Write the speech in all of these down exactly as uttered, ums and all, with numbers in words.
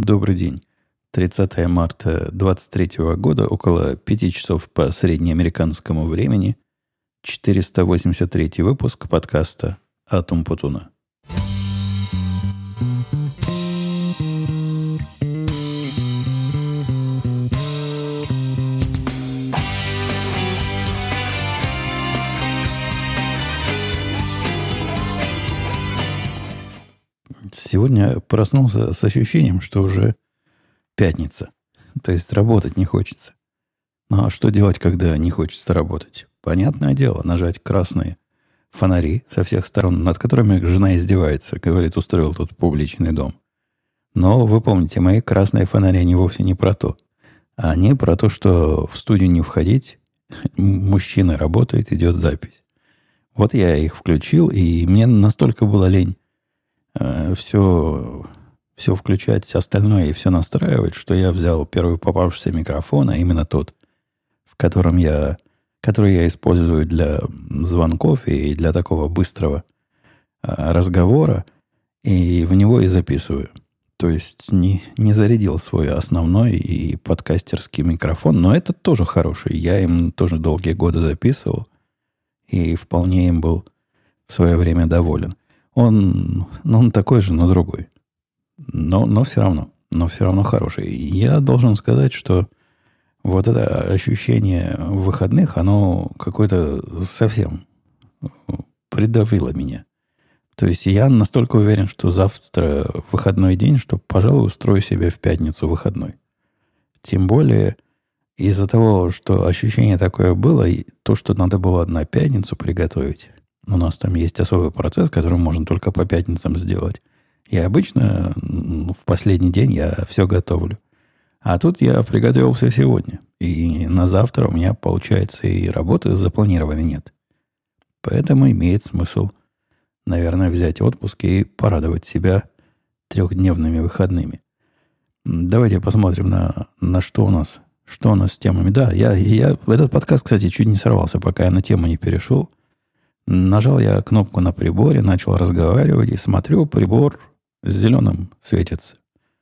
Добрый день. тридцатое марта двадцать третьего года, около пяти часов по среднеамериканскому времени, четыреста восемьдесят третий выпуск подкаста «Атум Путуна». Сегодня проснулся с ощущением, что уже пятница. То есть работать не хочется. Ну а что делать, когда не хочется работать? Понятное дело, нажать красные фонари со всех сторон, над которыми жена издевается. Говорит, устроил тут публичный дом. Но вы помните, мои красные фонари, они вовсе не про то. Они про то, что в студию не входить, мужчина работает, идет запись. Вот я их включил, и мне настолько было лень все, все включать остальное и все настраивать, что я взял первый попавшийся микрофон, а именно тот, в котором я, который я использую для звонков и для такого быстрого разговора, и в него и записываю. То есть не, не зарядил свой основной и подкастерский микрофон, но это тоже хороший. Я им тоже долгие годы записывал и вполне им был в свое время доволен. Он, ну, он такой же, но другой. Но, но все равно. Но все равно хороший. Я должен сказать, что вот это ощущение выходных, оно какое-то совсем придавило меня. То есть я настолько уверен, что завтра выходной день, что, пожалуй, устрою себе в пятницу выходной. Тем более из-за того, что ощущение такое было, и то, что надо было на пятницу приготовить. У нас там есть особый процесс, который можно только по пятницам сделать. И обычно ну, в последний день я все готовлю. А тут я приготовил все сегодня. И на завтра у меня, получается, и работы запланированной нет. Поэтому имеет смысл, наверное, взять отпуск и порадовать себя трехдневными выходными. Давайте посмотрим на, на что у нас. Что у нас с темами. Да, я, я этот подкаст, кстати, чуть не сорвался, пока я на тему не перешел. Нажал я кнопку на приборе, начал разговаривать и смотрю, прибор с зеленым светится.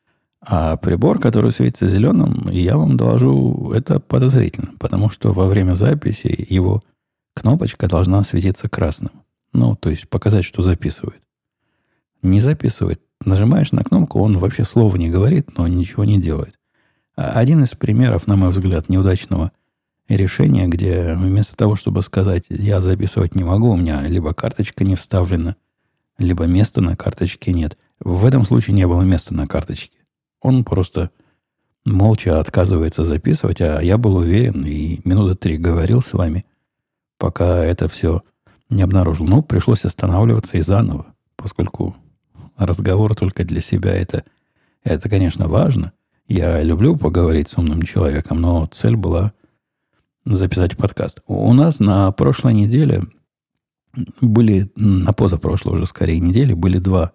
А прибор, который светится зеленым, я вам доложу, это подозрительно, потому что во время записи его кнопочка должна светиться красным. Ну, то есть показать, что записывает. Не записывает. Нажимаешь на кнопку, он вообще слова не говорит, но ничего не делает. Один из примеров, на мой взгляд, неудачного решение, где вместо того, чтобы сказать, я записывать не могу, у меня либо карточка не вставлена, либо места на карточке нет. В этом случае не было места на карточке. Он просто молча отказывается записывать, а я был уверен и минуты три говорил с вами, пока это все не обнаружил. Ну, пришлось останавливаться и заново, поскольку разговор только для себя это, это, конечно, важно. Я люблю поговорить с умным человеком, но цель была записать подкаст. У нас на прошлой неделе были, на позапрошлой уже скорее неделе, были два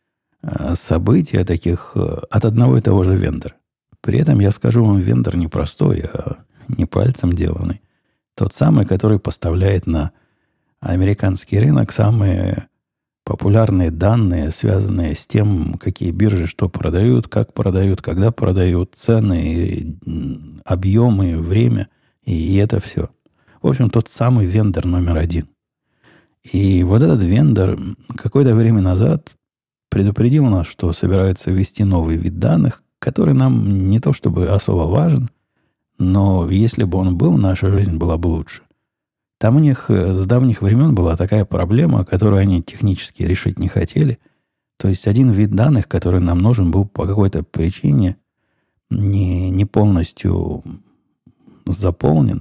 события таких от одного и того же вендора. При этом я скажу вам, вендор не простой, а не пальцем деланный. Тот самый, который поставляет на американский рынок самые популярные данные, связанные с тем, какие биржи что продают, как продают, когда продают, цены, объемы, время. И это все. В общем, тот самый вендор номер один. И вот этот вендор какое-то время назад предупредил нас, что собираются ввести новый вид данных, который нам не то чтобы особо важен, но если бы он был, наша жизнь была бы лучше. Там у них с давних времен была такая проблема, которую они технически решить не хотели. То есть один вид данных, который нам нужен был по какой-то причине не, не полностью заполнен,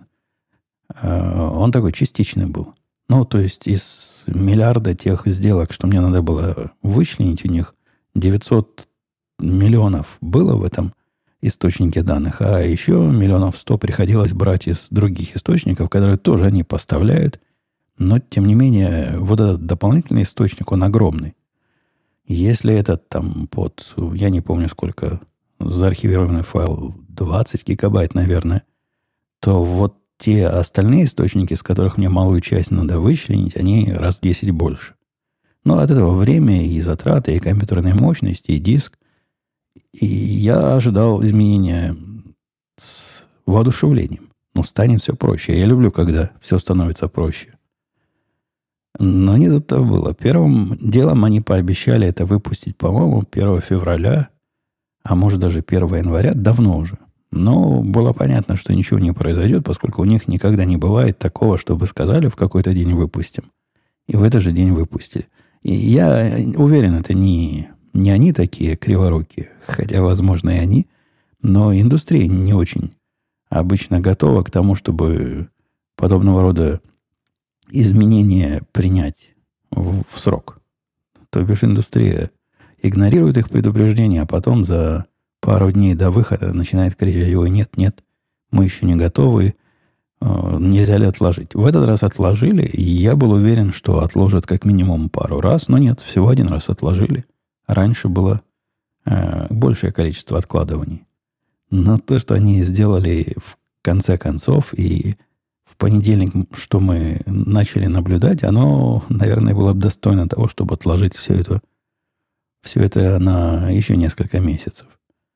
он такой частичный был. Ну, то есть из миллиарда тех сделок, что мне надо было вычленить у них, девятьсот миллионов было в этом источнике данных, а еще миллионов сто приходилось брать из других источников, которые тоже они поставляют, но, тем не менее, вот этот дополнительный источник, он огромный. Если этот там под, я не помню сколько, заархивированный файл, двадцать гигабайт, наверное, то вот те остальные источники, с которых мне малую часть надо вычленить, они раз в десять больше. Но от этого время и затраты, и компьютерной мощности, и диск, И я ожидал изменения с воодушевлением. Ну, станет все проще. Я люблю, когда все становится проще. Но не тут-то было. Первым делом они пообещали это выпустить, по-моему, первого февраля, а может даже первого января, давно уже. Но было понятно, что ничего не произойдет, поскольку у них никогда не бывает такого, чтобы сказали, в какой-то день выпустим. И в этот же день выпустили. И я уверен, это не, не они такие криворукие, хотя, возможно, и они, но индустрия не очень обычно готова к тому, чтобы подобного рода изменения принять в, в срок. То бишь индустрия игнорирует их предупреждения, а потом за пару дней до выхода начинает кричать: ой, нет, нет, мы еще не готовы, нельзя ли отложить. В этот раз отложили, и я был уверен, что отложат как минимум пару раз, но нет, всего один раз отложили. Раньше было э, большее количество откладываний. Но то, что они сделали в конце концов, и в понедельник, что мы начали наблюдать, оно, наверное, было бы достойно того, чтобы отложить все это, все это на еще несколько месяцев.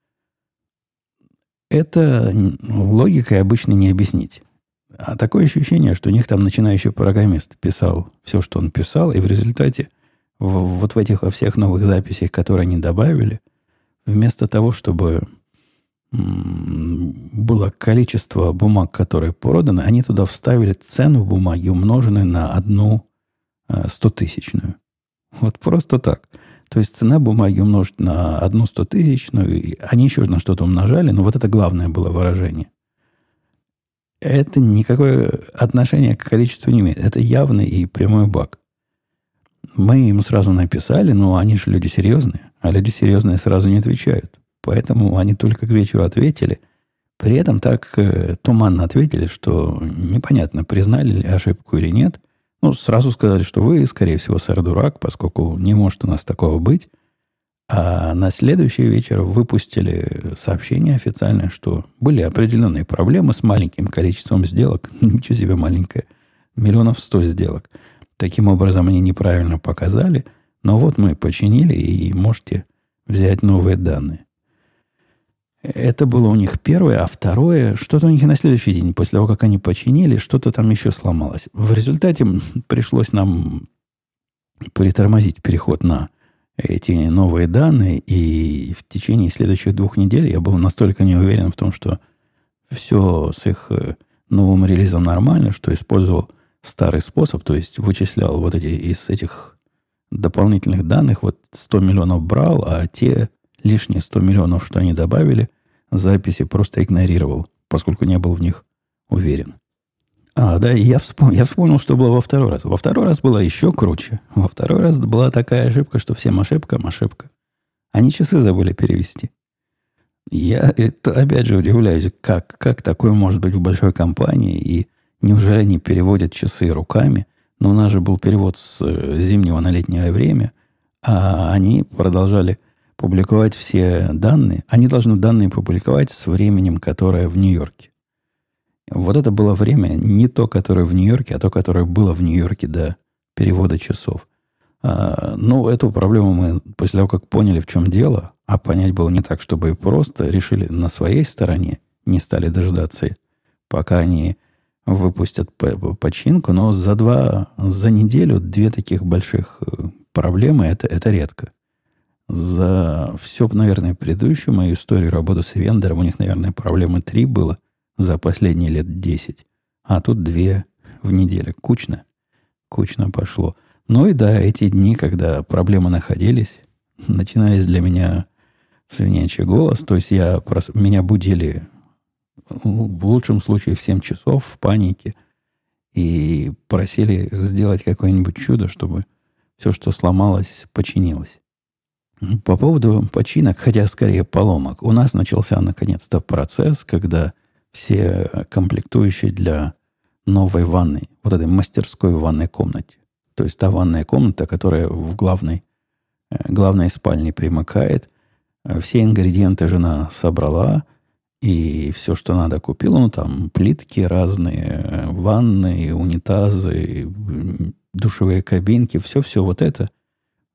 Это логикой обычно не объяснить. А такое ощущение, что у них там начинающий программист писал все, что он писал, и в результате в, вот в этих во всех новых записях, которые они добавили, вместо того, чтобы м, было количество бумаг, которые проданы, они туда вставили цену бумаги, умноженную на одну э, стотысячную. Вот просто так. То есть цена бумаги умножить на одну стотысячную, они еще на что-то умножали, но вот это главное было выражение. Это никакое отношение к количеству не имеет. Это явный и прямой баг. Мы им сразу написали, но они же люди серьезные, а люди серьезные сразу не отвечают. Поэтому они только к вечеру ответили. При этом так э, туманно ответили, что непонятно, признали ли ошибку или нет. Ну, сразу сказали, что вы, скорее всего, сэр дурак, поскольку не может у нас такого быть. А на следующий вечер выпустили сообщение официальное, что были определенные проблемы с маленьким количеством сделок. Ничего себе маленькое. Миллионов сто сделок. Таким образом, они неправильно показали. Но вот мы починили, и можете взять новые данные. Это было у них первое. А второе, что-то у них и на следующий день, после того, как они починили, что-то там еще сломалось. В результате пришлось нам притормозить переход на эти новые данные, и в течение следующих двух недель я был настолько не уверен в том, что все с их новым релизом нормально, что использовал старый способ, то есть вычислял вот эти из этих дополнительных данных, вот сто миллионов брал, а те лишние сто миллионов, что они добавили, записи просто игнорировал, поскольку не был в них уверен. А, да, и я вспомнил, я вспомнил, что было во второй раз. Во второй раз было еще круче. Во второй раз была такая ошибка, что всем ошибка, ошибка. Они часы забыли перевести. Я это, опять же удивляюсь, как, как такое может быть в большой компании, и неужели они переводят часы руками? Но у нас же был перевод с зимнего на летнее время, а они продолжали публиковать все данные. Они должны данные публиковать с временем, которое в Нью-Йорке. Вот это было время не то, которое в Нью-Йорке, а то, которое было в Нью-Йорке до перевода часов. А, ну, эту проблему мы после того, как поняли, в чем дело, а понять было не так, чтобы просто, решили на своей стороне, не стали дождаться, пока они выпустят починку, но за два, за неделю две таких больших проблемы, это, это редко. За все, наверное, предыдущую мою историю работы с вендором, у них, наверное, проблемы три было за последние лет десять. А тут две в неделю. Кучно. Кучно пошло. Ну и да, эти дни, когда проблемы находились, начинались для меня в свинячий голос. То есть я, меня будили в лучшем случае в семь часов в панике и просили сделать какое-нибудь чудо, чтобы все, что сломалось, починилось. По поводу починок, хотя скорее поломок, у нас начался наконец-то процесс, когда все комплектующие для новой ванной, вот этой мастерской в ванной комнате, то есть та ванная комната, которая в главной, главной спальне примыкает, все ингредиенты жена собрала, и все, что надо, купила. Ну, там плитки разные, ванны, унитазы, душевые кабинки, все-все вот это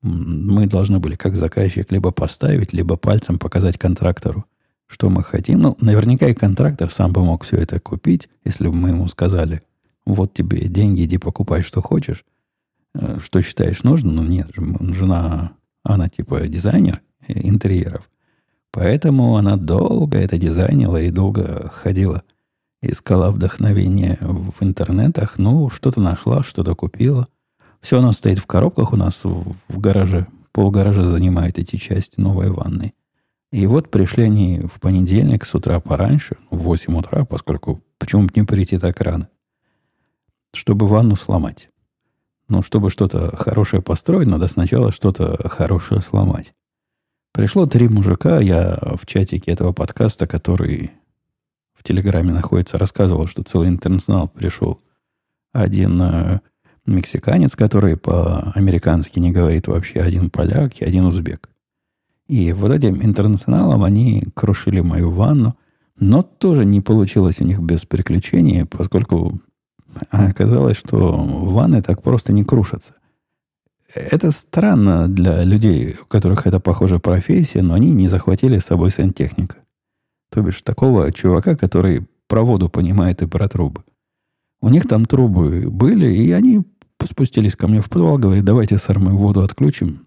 Мы должны были, как заказчик, либо поставить, либо пальцем показать контрактору, что мы хотим. Ну, наверняка и контрактор сам бы мог все это купить, если бы мы ему сказали, вот тебе деньги, иди покупай, что хочешь, что считаешь нужным. Но нет, жена, она типа дизайнер интерьеров. Поэтому она долго это дизайнила и долго ходила, искала вдохновение в интернетах. Ну, что-то нашла, что-то купила. Все оно стоит в коробках у нас в, в гараже. Полгаража занимает эти части новой ванной. И вот пришли они в понедельник с утра пораньше, в восемь утра, поскольку почему бы не прийти так рано, чтобы ванну сломать. Ну, чтобы что-то хорошее построить, надо сначала что-то хорошее сломать. Пришло три мужика, я в чатике этого подкаста, который в Телеграме находится, рассказывал, что целый интернационал пришел. Один э, мексиканец, который по-американски не говорит вообще, один поляк и один узбек. И вот этим интернационалом они крушили мою ванну, но тоже не получилось у них без приключений, поскольку оказалось, что ванны так просто не крушатся. Это странно для людей, у которых это похожая профессия, но они не захватили с собой сантехника. То бишь такого чувака, который про воду понимает и про трубы. У них там трубы были, и они спустились ко мне в подвал, говорят, давайте, сэр, мы воду отключим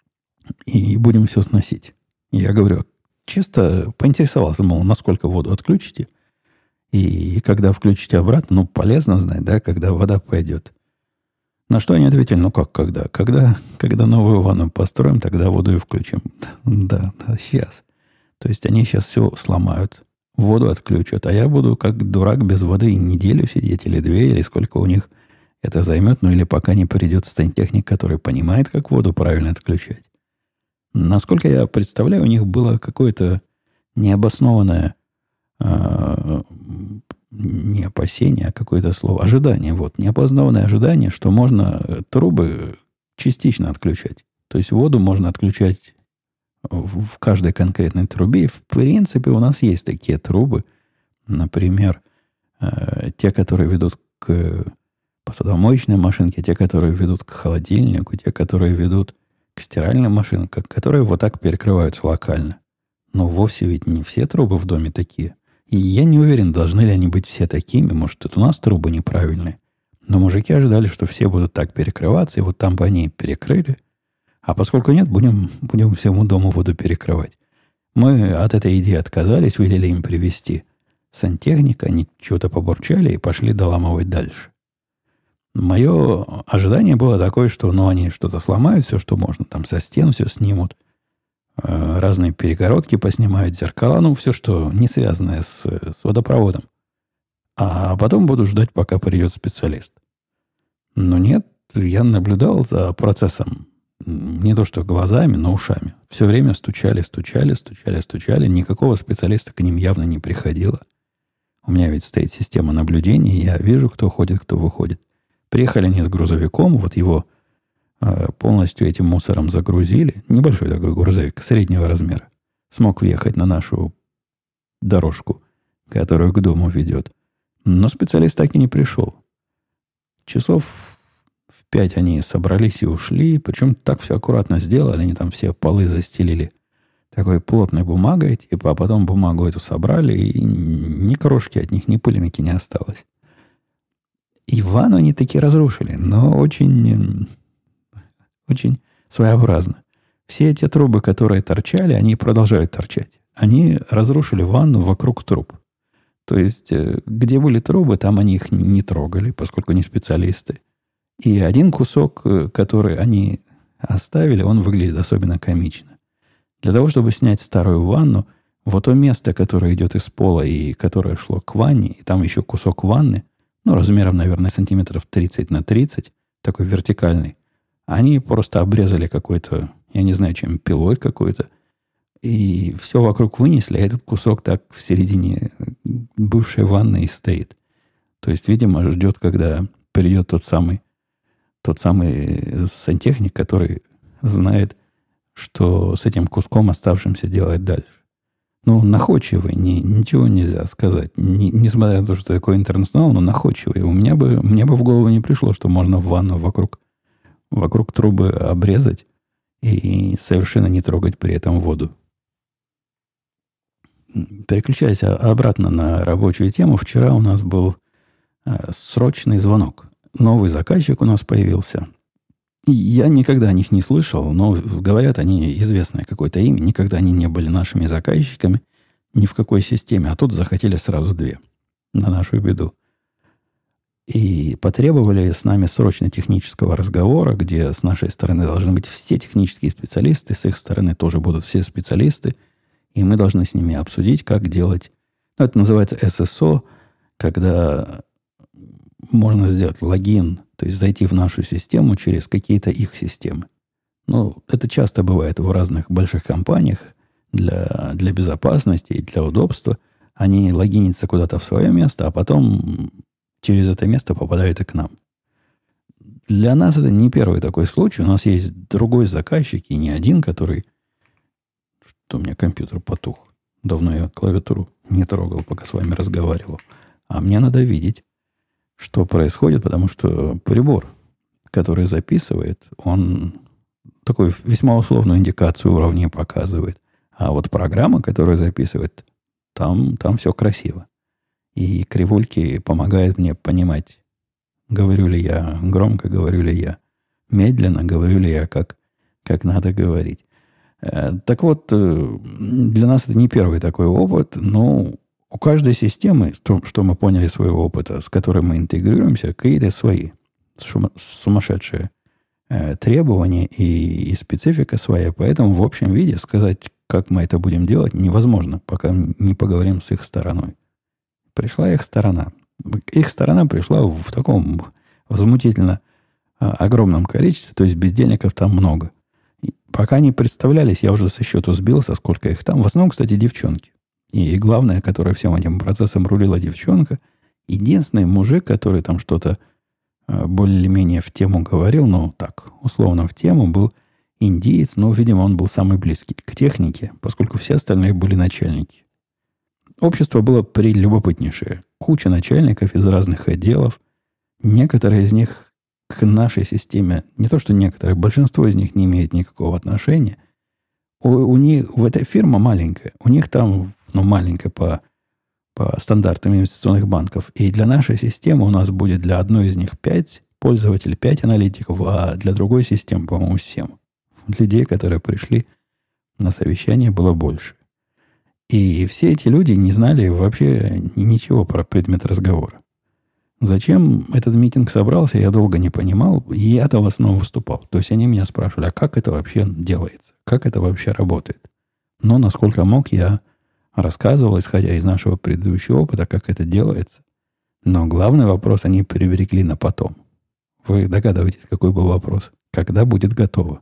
и будем все сносить. Я говорю, чисто поинтересовался, мол, насколько воду отключите, и когда включите обратно, ну, полезно знать, да, когда вода пойдет. На что они ответили, ну как, когда? Когда, когда новую ванну построим, тогда воду и включим. Да, да, сейчас. То есть они сейчас все сломают, воду отключат, а я буду как дурак без воды неделю сидеть, или две, или сколько у них это займет, ну или пока не придет сантехник, который понимает, как воду правильно отключать. Насколько я представляю, у них было какое-то необоснованное э, не опасение, а какое-то слово. Ожидание. Вот. Неопознаванное ожидание, что можно трубы частично отключать. То есть воду можно отключать в, в каждой конкретной трубе. И в принципе у нас есть такие трубы. Например, э, те, которые ведут к посудомоечной машинке, те, которые ведут к холодильнику, те, которые ведут к стиральным машинкам, которые вот так перекрываются локально. Но вовсе ведь не все трубы в доме такие. И я не уверен, должны ли они быть все такими. Может, это у нас трубы неправильные. Но мужики ожидали, что все будут так перекрываться, и вот там бы они перекрыли. А поскольку нет, будем, будем всему дому воду перекрывать. Мы от этой идеи отказались, велели им привезти сантехника, они что-то побурчали и пошли доламывать дальше. Мое ожидание было такое, что ну, они что-то сломают, все, что можно, там со стен все снимут, разные перегородки поснимают, зеркала, ну, все, что не связанное с, с водопроводом. А потом буду ждать, пока придет специалист. Но нет, я наблюдал за процессом не то что глазами, но ушами. Все время стучали, стучали, стучали, стучали. Никакого специалиста к ним явно не приходило. У меня ведь стоит система наблюдения, я вижу, кто ходит, кто выходит. Приехали они с грузовиком, вот его полностью этим мусором загрузили. Небольшой такой грузовик, среднего размера. Смог въехать на нашу дорожку, которую к дому ведет. Но специалист так и не пришел. Часов в пять они собрались и ушли. Причем так все аккуратно сделали. Они там все полы застелили такой плотной бумагой. Типа, а потом бумагу эту собрали. И ни крошки от них, ни пылинки не осталось. И ванну они таки разрушили. Но очень... Очень своеобразно. Все эти трубы, которые торчали, они продолжают торчать. Они разрушили ванну вокруг труб. То есть, где были трубы, там они их не трогали, поскольку не специалисты. И один кусок, который они оставили, он выглядит особенно комично. Для того, чтобы снять старую ванну, вот то место, которое идет из пола и которое шло к ванне, и там еще кусок ванны, ну, размером, наверное, сантиметров тридцать на тридцать, такой вертикальный, они просто обрезали какой-то, я не знаю, чем, пилой какой-то, и все вокруг вынесли, а этот кусок так в середине бывшей ванны и стоит. То есть, видимо, ждет, когда придет тот самый, тот самый сантехник, который знает, что с этим куском оставшимся делать дальше. Ну, находчивый, не, ничего нельзя сказать. Не, несмотря на то, что такой интернационал, но находчивый. У меня бы, мне бы в голову не пришло, что можно ванну вокруг Вокруг трубы обрезать и совершенно не трогать при этом воду. Переключаясь обратно на рабочую тему, вчера у нас был э, срочный звонок. Новый заказчик у нас появился. И я никогда о них не слышал, но говорят, они известное какое-то имя. Никогда они не были нашими заказчиками ни в какой системе. А тут захотели сразу две. На нашу беду. И потребовали с нами срочно технического разговора, где с нашей стороны должны быть все технические специалисты, с их стороны тоже будут все специалисты, и мы должны с ними обсудить, как делать. Ну, это называется эс эс о, когда можно сделать логин, то есть зайти в нашу систему через какие-то их системы. Ну, это часто бывает в разных больших компаниях для, для безопасности и для удобства. Они логинятся куда-то в свое место, а потом через это место попадают и к нам. Для нас это не первый такой случай. У нас есть другой заказчик, и не один, который... Что у меня компьютер потух. Давно я клавиатуру не трогал, пока с вами разговаривал. А мне надо видеть, что происходит, потому что прибор, который записывает, он такую весьма условную индикацию уровней показывает. А вот программа, которая записывает, там, там все красиво. И кривульки помогают мне понимать, говорю ли я громко, говорю ли я медленно, говорю ли я, как, как надо говорить. Так вот, для нас это не первый такой опыт, но у каждой системы, что мы поняли из своего опыта, с которой мы интегрируемся, какие-то свои сумасшедшие требования и, и специфика своя. Поэтому в общем виде сказать, как мы это будем делать, невозможно, пока не поговорим с их стороной. Пришла их сторона. Их сторона пришла в таком возмутительно огромном количестве, то есть бездельников там много. Пока не представлялись, я уже со счету сбился, сколько их там. В основном, кстати, девчонки. И главное, которая всем этим процессом рулила, девчонка. Единственный мужик, который там что-то более-менее в тему говорил, ну так, условно в тему, был индиец, но, видимо, он был самый близкий к технике, поскольку все остальные были начальники. Общество было прелюбопытнейшее. Куча начальников из разных отделов. Некоторые из них к нашей системе, не то что некоторые, большинство из них не имеет никакого отношения. У, у них, в этой фирма маленькая. У них там, ну, маленькая по, по стандартам инвестиционных банков. И для нашей системы у нас будет для одной из них пять пользователей, пять аналитиков, а для другой системы, по-моему, семь. Людей, которые пришли на совещание, было больше. И все эти люди не знали вообще ничего про предмет разговора. Зачем этот митинг собрался, я долго не понимал, и я-то в основном выступал. То есть они меня спрашивали, а как это вообще делается? Как это вообще работает? Но насколько мог, я рассказывал, исходя из нашего предыдущего опыта, как это делается. Но главный вопрос они приберегли на потом. Вы догадываетесь, какой был вопрос? Когда будет готово?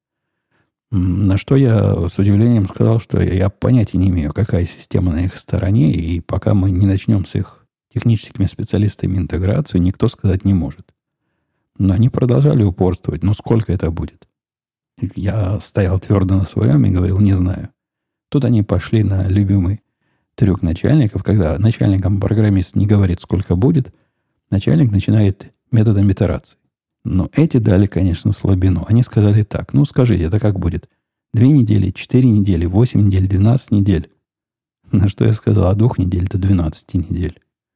На что я с удивлением сказал, что я понятия не имею, какая система на их стороне, и пока мы не начнем с их техническими специалистами интеграцию, никто сказать не может. Но они продолжали упорствовать. Ну, сколько это будет? Я стоял твердо на своем и говорил, не знаю. Тут они пошли на любимый трюк начальников, когда начальникам-программист не говорит, сколько будет, начальник начинает методом итерации. Но эти дали, конечно, слабину. Они сказали так, ну, скажите, это как будет? Две недели, четыре недели, восемь недель, двенадцать недель. На что я сказал, от двух недель до двенадцати недель.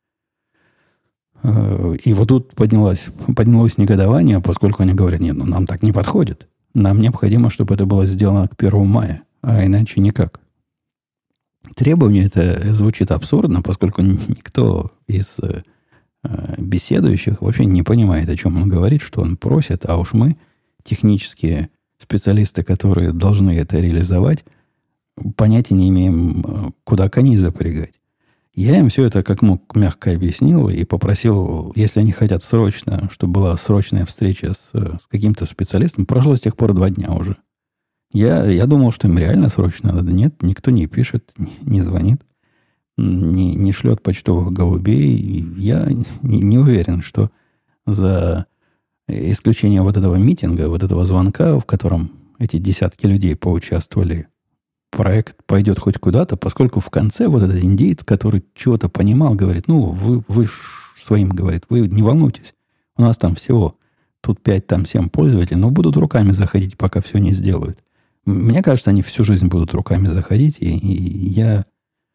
И вот тут поднялось, поднялось негодование, поскольку они говорят, нет, ну нам так не подходит. Нам необходимо, чтобы это было сделано к первому мая, а иначе никак. Требование это звучит абсурдно, поскольку никто из э, беседующих вообще не понимает, о чем он говорит, что он просит, а уж мы, технические специалисты, которые должны это реализовать, понятия не имеем, куда коней запрягать. Я им все это как мог мягко объяснил и попросил, если они хотят срочно, чтобы была срочная встреча с, с каким-то специалистом. Прошло с тех пор два дня уже. Я, я думал, что им реально срочно надо. Нет, никто не пишет, не, не звонит, не, не шлет почтовых голубей. Я не, не уверен, что за исключением вот этого митинга, вот этого звонка, в котором эти десятки людей поучаствовали, проект пойдет хоть куда-то, поскольку в конце вот этот индеец, который чего-то понимал, говорит, ну, вы, вы своим, говорит, вы не волнуйтесь, у нас там всего тут пять, там семь пользователей, но будут руками заходить, пока все не сделают. Мне кажется, они всю жизнь будут руками заходить, и, и я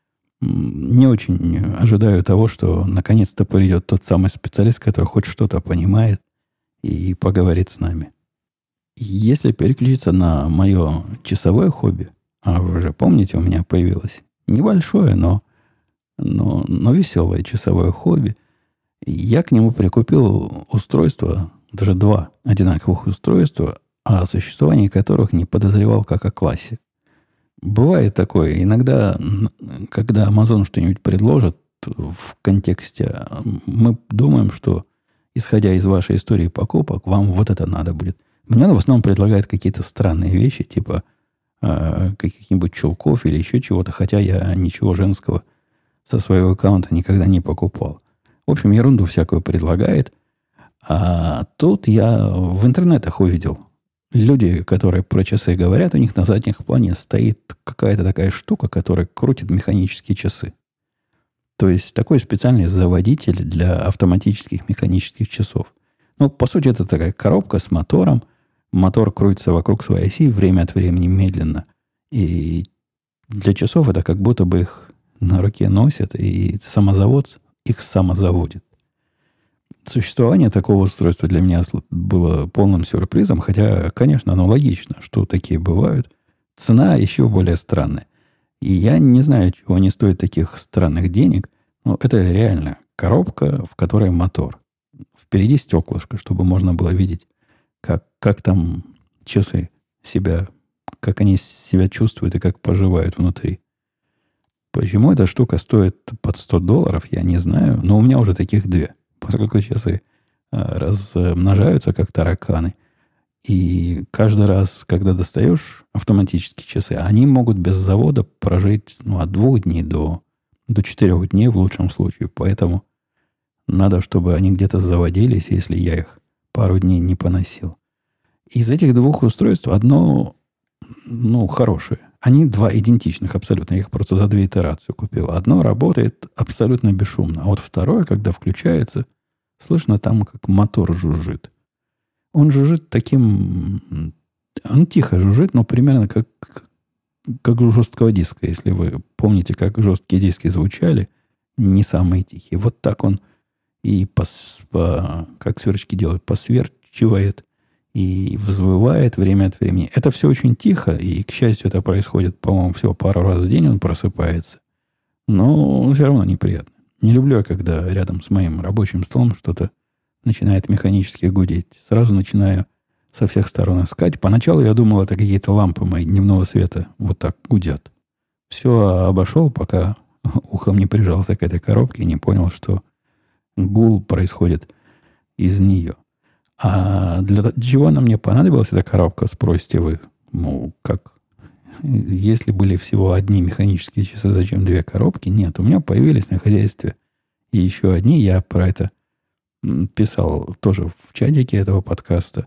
не очень ожидаю того, что наконец-то придет тот самый специалист, который хоть что-то понимает и поговорит с нами. Если переключиться на мое часовое хобби, а вы же помните, у меня появилось небольшое, но, но, но веселое часовое хобби, я к нему прикупил устройство, даже два одинаковых устройства, о существовании которых не подозревал как о классе. Бывает такое. Иногда, когда Amazon что-нибудь предложит в контексте, мы думаем, что, исходя из вашей истории покупок, вам вот это надо будет. Мне он в основном предлагает какие-то странные вещи, типа э, каких-нибудь чулков или еще чего-то, хотя я ничего женского со своего аккаунта никогда не покупал. В общем, ерунду всякую предлагает. А тут я в интернетах увидел. Люди, которые про часы говорят, у них на задних плане стоит какая-то такая штука, которая крутит механические часы. То есть такой специальный заводитель для автоматических механических часов. Ну, по сути, это такая коробка с мотором. Мотор крутится вокруг своей оси время от времени медленно. И для часов это как будто бы их на руке носят, и самозавод их самозаводит. Существование такого устройства для меня было полным сюрпризом, хотя, конечно, оно логично, что такие бывают. Цена еще более странная. И я не знаю, чего они стоят таких странных денег, но это реально коробка, в которой мотор. Впереди стеклышко, чтобы можно было видеть, как, как там часы себя, как они себя чувствуют и как поживают внутри. Почему эта штука стоит под сто долларов, я не знаю, но у меня уже таких две. Поскольку часы размножаются, как тараканы. И каждый раз, когда достаешь автоматические часы, они могут без завода прожить ну, от двух дней до, до четырех дней в лучшем случае. Поэтому надо, чтобы они где-то заводились, если я их пару дней не поносил. Из этих двух устройств одно ну, хорошее. Они два идентичных абсолютно. Я их просто за две итерации купил. Одно работает абсолютно бесшумно. А вот второе, когда включается, слышно там, как мотор жужжит. Он жужжит таким... Он тихо жужжит, но примерно как, как у жесткого диска. Если вы помните, как жесткие диски звучали, не самые тихие. Вот так он и, по, по, как сверчки делают, посверчивает и взвывает время от времени. Это все очень тихо, и, к счастью, это происходит, по-моему, всего пару раз в день он просыпается. Но все равно неприятно. Не люблю я, когда рядом с моим рабочим столом что-то начинает механически гудеть. Сразу начинаю со всех сторон искать. Поначалу я думал, это какие-то лампы мои дневного света вот так гудят. Все обошел, пока ухом не прижался к этой коробке и не понял, что гул происходит из нее. А для чего она мне понадобилась, эта коробка, спросите вы? Ну, как? Если были всего одни механические часы, зачем две коробки? Нет, у меня появились на хозяйстве и еще одни. Я про это писал тоже в чатике этого подкаста.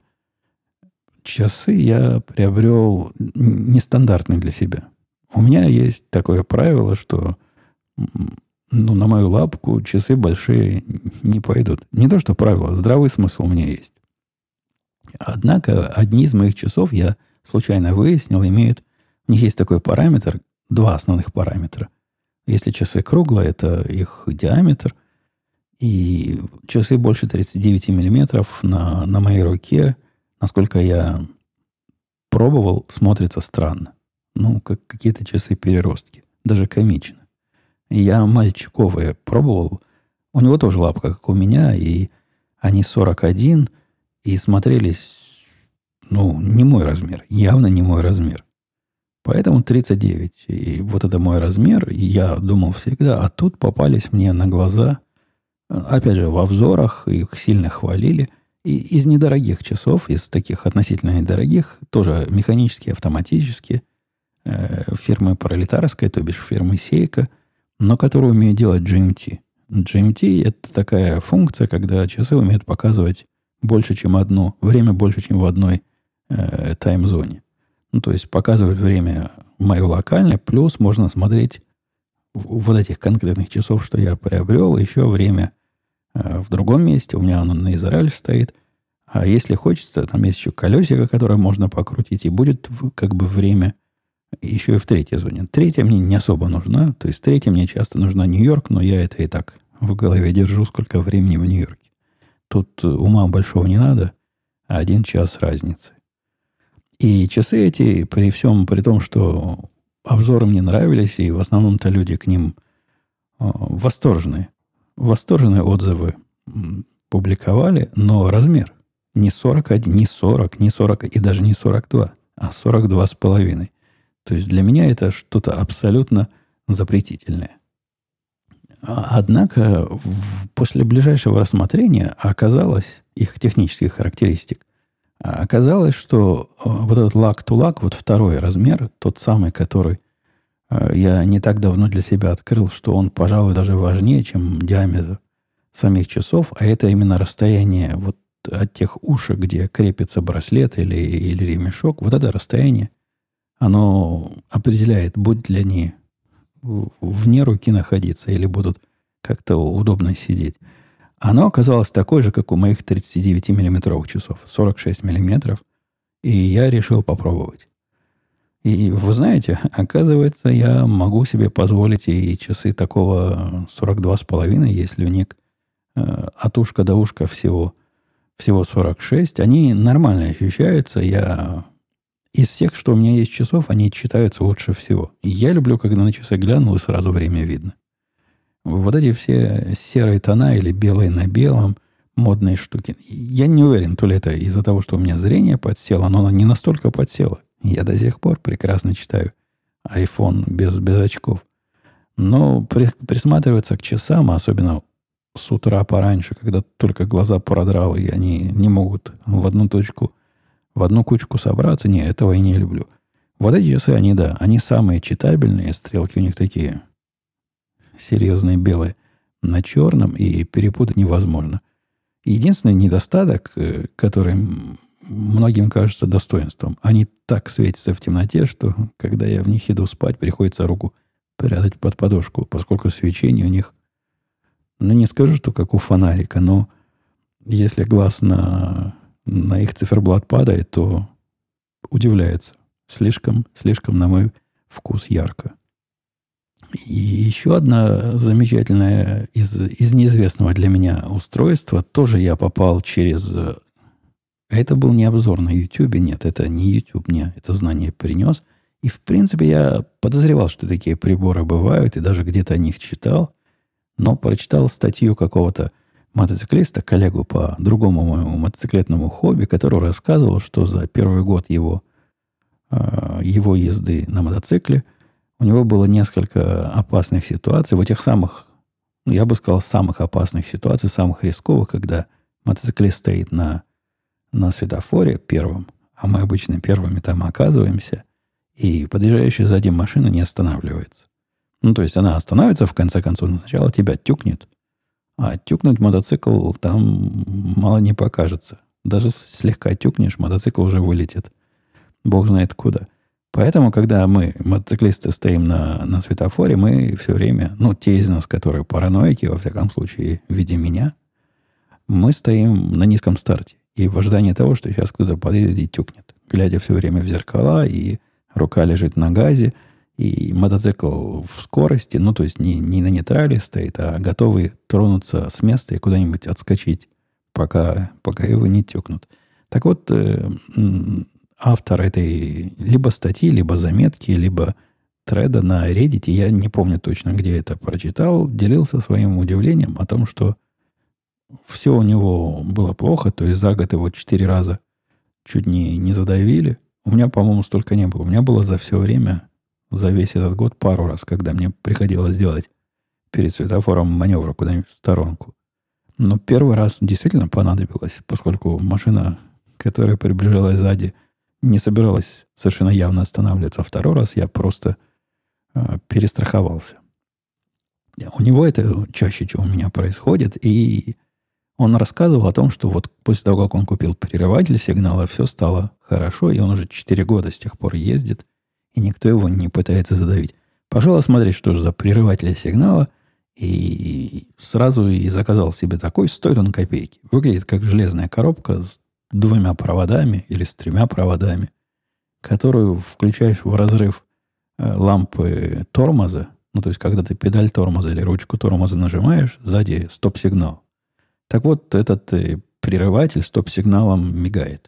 Часы я приобрел нестандартные для себя. У меня есть такое правило, что ну, на мою лапку часы большие не пойдут. Не то, что правило, здравый смысл у меня есть. Однако одни из моих часов, я случайно выяснил, имеют... У них есть такой параметр, два основных параметра. Если часы круглые, это их диаметр. И часы больше тридцать девять миллиметров на, на моей руке, насколько я пробовал, смотрится странно. Ну, как какие-то часы-переростки. Даже комично. Я мальчиковые пробовал. У него тоже лапка, как у меня, и они сорок один, и смотрелись, ну, не мой размер. Явно не мой размер. Поэтому тридцать девять. И вот это мой размер. И я думал всегда, а тут попались мне на глаза, опять же, во взорах, их сильно хвалили. И из недорогих часов, из таких относительно недорогих, тоже механические, автоматические, э, фирмы пролетарской, то бишь фирмы Seiko, но которые умеют делать джи эм ти. джи эм ти – это такая функция, когда часы умеют показывать больше, чем одно, время больше, чем в одной э, тайм-зоне. Ну, то есть показывать время мое локальное, плюс можно смотреть вот этих конкретных часов, что я приобрел, еще время э, в другом месте. У меня оно на Израиль стоит. А если хочется, там есть еще колесико, которое можно покрутить, и будет как бы время еще и в третьей зоне. Третья мне не особо нужна. То есть третья мне часто нужна Нью-Йорк, но я это и так в голове держу, сколько времени в Нью-Йорке. Тут ума большого не надо, а один час разницы. И часы эти, при всем, при том, что обзоры мне нравились, и в основном-то люди к ним э, восторженные, восторженные отзывы м, публиковали, но размер не сорок один, не сорок, не сорок и даже не сорок два, а сорок два с половиной. То есть для меня это что-то абсолютно запретительное. Однако в, после ближайшего рассмотрения оказалось их технических характеристик. Оказалось, что вот этот лак-ту-лак, вот второй размер, тот самый, который я не так давно для себя открыл, что он, пожалуй, даже важнее, чем диаметр самих часов, а это именно расстояние вот от тех ушек, где крепится браслет или, или ремешок, вот это расстояние, оно определяет, будет ли они вне руки находиться или будут как-то удобно сидеть. Оно оказалось такое же, как у моих тридцатидевятимиллиметровых часов, сорок шесть миллиметров, и я решил попробовать. И вы знаете, оказывается, я могу себе позволить и часы такого сорок два с половиной, если у них э, от ушка до ушка всего, всего сорок шесть, они нормально ощущаются. Я из всех, что у меня есть часов, они читаются лучше всего. И я люблю, когда на часы глянул, и сразу время видно. Вот эти все серые тона или белые на белом, модные штуки. Я не уверен, то ли это из-за того, что у меня зрение подсело, но оно не настолько подсело. Я до сих пор прекрасно читаю iPhone без, без очков. Но при, присматриваться к часам, особенно с утра пораньше, когда только глаза продрал, и они не могут в одну точку, в одну кучку собраться, не, этого я не люблю. Вот эти часы, они, да, они самые читабельные, стрелки у них такие серьезные белые на черном, и перепутать невозможно. Единственный недостаток, который многим кажется достоинством, они так светятся в темноте, что когда я в них иду спать, приходится руку прятать под подушку, поскольку свечение у них, ну, не скажу, что как у фонарика, но если глаз на, на их циферблат падает, то удивляется. Слишком, слишком, на мой вкус, ярко. И еще одна замечательная из, из неизвестного для меня устройства. Тоже я попал через... Это был не обзор на YouTube, нет, это не YouTube мне это знание принес. И, в принципе, я подозревал, что такие приборы бывают, и даже где-то о них читал. Но прочитал статью какого-то мотоциклиста, коллегу по другому моему мотоциклетному хобби, который рассказывал, что за первый год его, его езды на мотоцикле у него было несколько опасных ситуаций. В этих самых, ну, я бы сказал, самых опасных ситуаций, самых рисковых, когда мотоциклист стоит на, на светофоре первым, а мы обычно первыми там оказываемся, и подъезжающая сзади машина не останавливается. Ну, то есть она остановится, в конце концов, но сначала тебя тюкнет, а тюкнуть мотоцикл там мало не покажется. Даже слегка тюкнешь, мотоцикл уже вылетит. Бог знает куда. Поэтому, когда мы, мотоциклисты, стоим на, на светофоре, мы все время, ну, те из нас, которые параноики, во всяком случае, в виде меня, мы стоим на низком старте. И в ожидании того, что сейчас кто-то подъедет и тюкнет. Глядя все время в зеркала, и рука лежит на газе, и мотоцикл в скорости, ну, то есть не, не на нейтрале стоит, а готовый тронуться с места и куда-нибудь отскочить, пока, пока его не тюкнут. Так вот, э, автор этой либо статьи, либо заметки, либо треда на Reddit, я не помню точно, где это прочитал, делился своим удивлением о том, что все у него было плохо, то есть за год его четыре раза чуть не, не задавили. У меня, по-моему, столько не было. У меня было за все время, за весь этот год пару раз, когда мне приходилось делать перед светофором маневр куда-нибудь в сторонку. Но первый раз действительно понадобилось, поскольку машина, которая приближалась сзади, не собиралась совершенно явно останавливаться. А второй раз я просто э, перестраховался. У него это чаще, чем у меня происходит. И он рассказывал о том, что вот после того, как он купил прерыватель сигнала, все стало хорошо, и он уже четыре года с тех пор ездит, и никто его не пытается задавить. Пожалуй, смотреть, что же за прерыватель сигнала, и сразу и заказал себе такой. Стоит он копейки. Выглядит как железная коробка с двумя проводами или с тремя проводами, которую включаешь в разрыв э, лампы тормоза. Ну, то есть, когда ты педаль тормоза или ручку тормоза нажимаешь, сзади стоп-сигнал. Так вот, этот э, прерыватель стоп-сигналом мигает.